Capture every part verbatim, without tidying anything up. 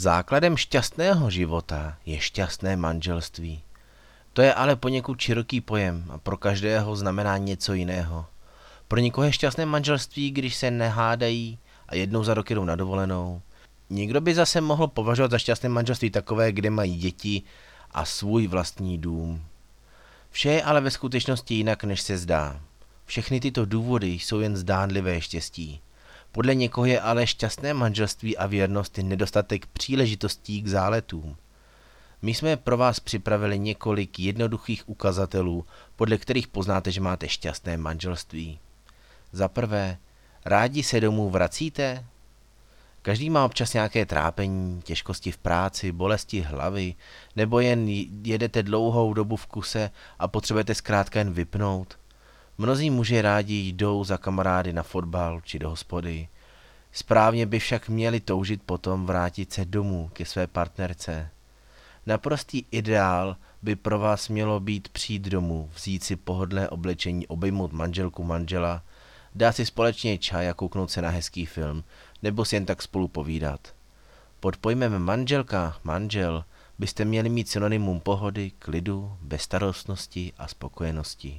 Základem šťastného života je šťastné manželství. To je ale poněkud široký pojem a pro každého znamená něco jiného. Pro někoho je šťastné manželství, když se nehádají a jednou za rok jdou na dovolenou. Někdo by zase mohl považovat za šťastné manželství takové, kde mají děti a svůj vlastní dům. Vše je ale ve skutečnosti jinak, než se zdá. Všechny tyto důvody jsou jen zdánlivé štěstí. Podle někoho je ale šťastné manželství a věrnost nedostatek příležitostí k záletům. My jsme pro vás připravili několik jednoduchých ukazatelů, podle kterých poznáte, že máte šťastné manželství. Za prvé, rádi se domů vracíte? Každý má občas nějaké trápení, těžkosti v práci, bolesti hlavy, nebo jen jedete dlouhou dobu v kuse a potřebujete zkrátka jen vypnout. Mnozí muži rádi jdou za kamarády na fotbal či do hospody. Správně by však měli toužit potom vrátit se domů ke své partnerce. Naprostý ideál by pro vás mělo být přijít domů, vzít si pohodlné oblečení, obejmout manželku, manžela, dát si společně čaj a kouknout se na hezký film, nebo si jen tak spolu povídat. Pod pojmem manželka, manžel byste měli mít synonymum pohody, klidu, bezstarostnosti a spokojenosti.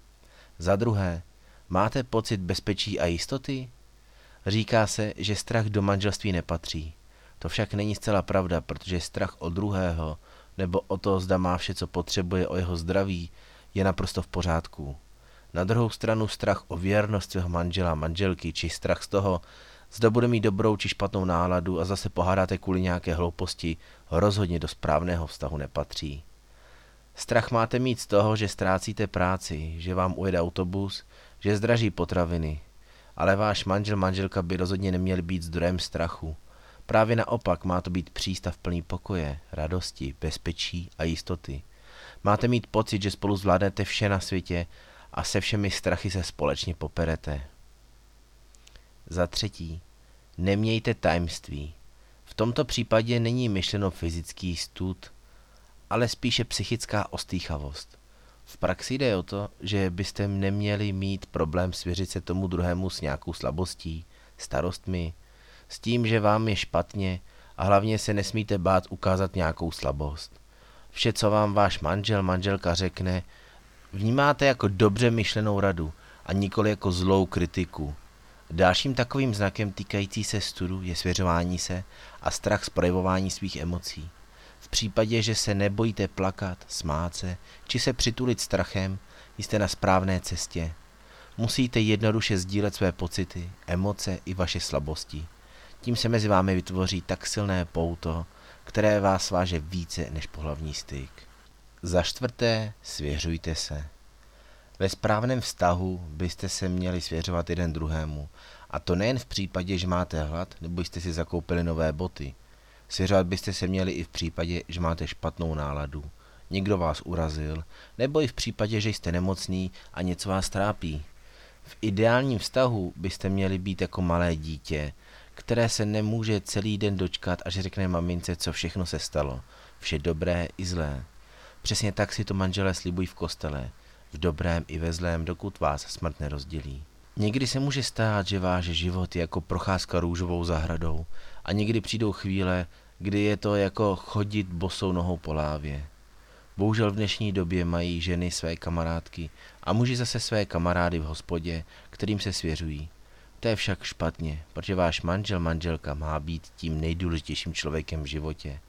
Za druhé, máte pocit bezpečí a jistoty? Říká se, že strach do manželství nepatří. To však není zcela pravda, protože strach o druhého nebo o to, zda má vše, co potřebuje, o jeho zdraví, je naprosto v pořádku. Na druhou stranu strach o věrnost svého manžela, manželky, či strach z toho, zda bude mít dobrou či špatnou náladu a zase pohádáte kvůli nějaké hlouposti, rozhodně do správného vztahu nepatří. Strach máte mít z toho, že ztrácíte práci, že vám ujede autobus, že zdraží potraviny, ale váš manžel, manželka by rozhodně neměli být zdrojem strachu. Právě naopak, má to být přístav plný pokoje, radosti, bezpečí a jistoty. Máte mít pocit, že spolu zvládnete vše na světě a se všemi strachy se společně poperete. Za třetí, nemějte tajemství. V tomto případě není myšleno fyzický stud, ale spíše psychická ostýchavost. V praxi jde o to, že byste neměli mít problém svěřit se tomu druhému s nějakou slabostí, starostmi, s tím, že vám je špatně a hlavně se nesmíte bát ukázat nějakou slabost. Vše, co vám váš manžel, manželka řekne, vnímáte jako dobře myšlenou radu a nikoli jako zlou kritiku. Dalším takovým znakem týkající se studu je svěřování se a strach z projevování svých emocí. V případě, že se nebojíte plakat, smát se, či se přitulit strachem, jste na správné cestě. Musíte jednoduše sdílet své pocity, emoce i vaše slabosti. Tím se mezi vámi vytvoří tak silné pouto, které vás váže více než pohlavní styk. Za čtvrté, svěřujte se. Ve správném vztahu byste se měli svěřovat jeden druhému, a to nejen v případě, že máte hlad nebo jste si zakoupili nové boty. Svěřovat byste se měli i v případě, že máte špatnou náladu, někdo vás urazil, nebo i v případě, že jste nemocný a něco vás trápí. V ideálním vztahu byste měli být jako malé dítě, které se nemůže celý den dočkat, až řekne mamince, co všechno se stalo, vše dobré i zlé. Přesně tak si to manželé slibují v kostele, v dobrém i ve zlém, dokud vás smrt nerozdělí. Někdy se může stát, že váš život je jako procházka růžovou zahradou a někdy přijdou chvíle, kdy je to jako chodit bosou nohou po lávě. Bohužel v dnešní době mají ženy své kamarádky a muži zase své kamarády v hospodě, kterým se svěřují. To je však špatně, protože váš manžel, manželka má být tím nejdůležitějším člověkem v životě.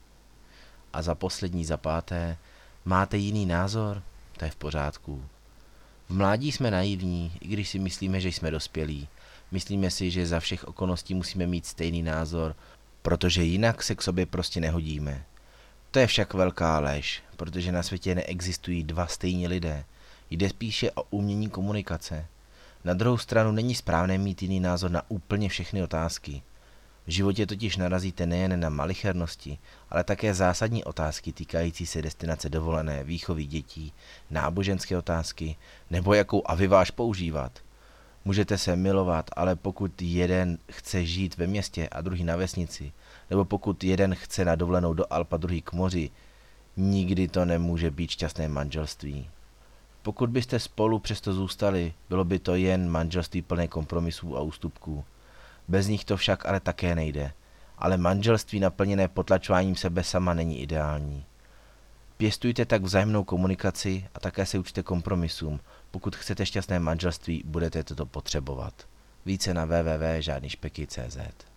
A za poslední, za páté, máte jiný názor? To je v pořádku. V mládí jsme naivní, i když si myslíme, že jsme dospělí. Myslíme si, že za všech okolností musíme mít stejný názor, protože jinak se k sobě prostě nehodíme. To je však velká lež, protože na světě neexistují dva stejní lidé. Jde spíše o umění komunikace. Na druhou stranu není správné mít jiný názor na úplně všechny otázky. V životě totiž narazíte nejen na malichernosti, ale také zásadní otázky týkající se destinace dovolené, výchovy dětí, náboženské otázky, nebo jakou aviváž používat. Můžete se milovat, ale pokud jeden chce žít ve městě a druhý na vesnici, nebo pokud jeden chce na dovolenou do Alp a druhý k moři, nikdy to nemůže být šťastné manželství. Pokud byste spolu přesto zůstali, bylo by to jen manželství plné kompromisů a ústupků. Bez nich to však ale také nejde. ale manželství naplněné potlačováním sebe sama není ideální. Pěstujte tak vzájemnou komunikaci a také se učte kompromisům. Pokud chcete šťastné manželství, budete toto potřebovat. Více na w w w tečka žádný špeky tečka cé zet.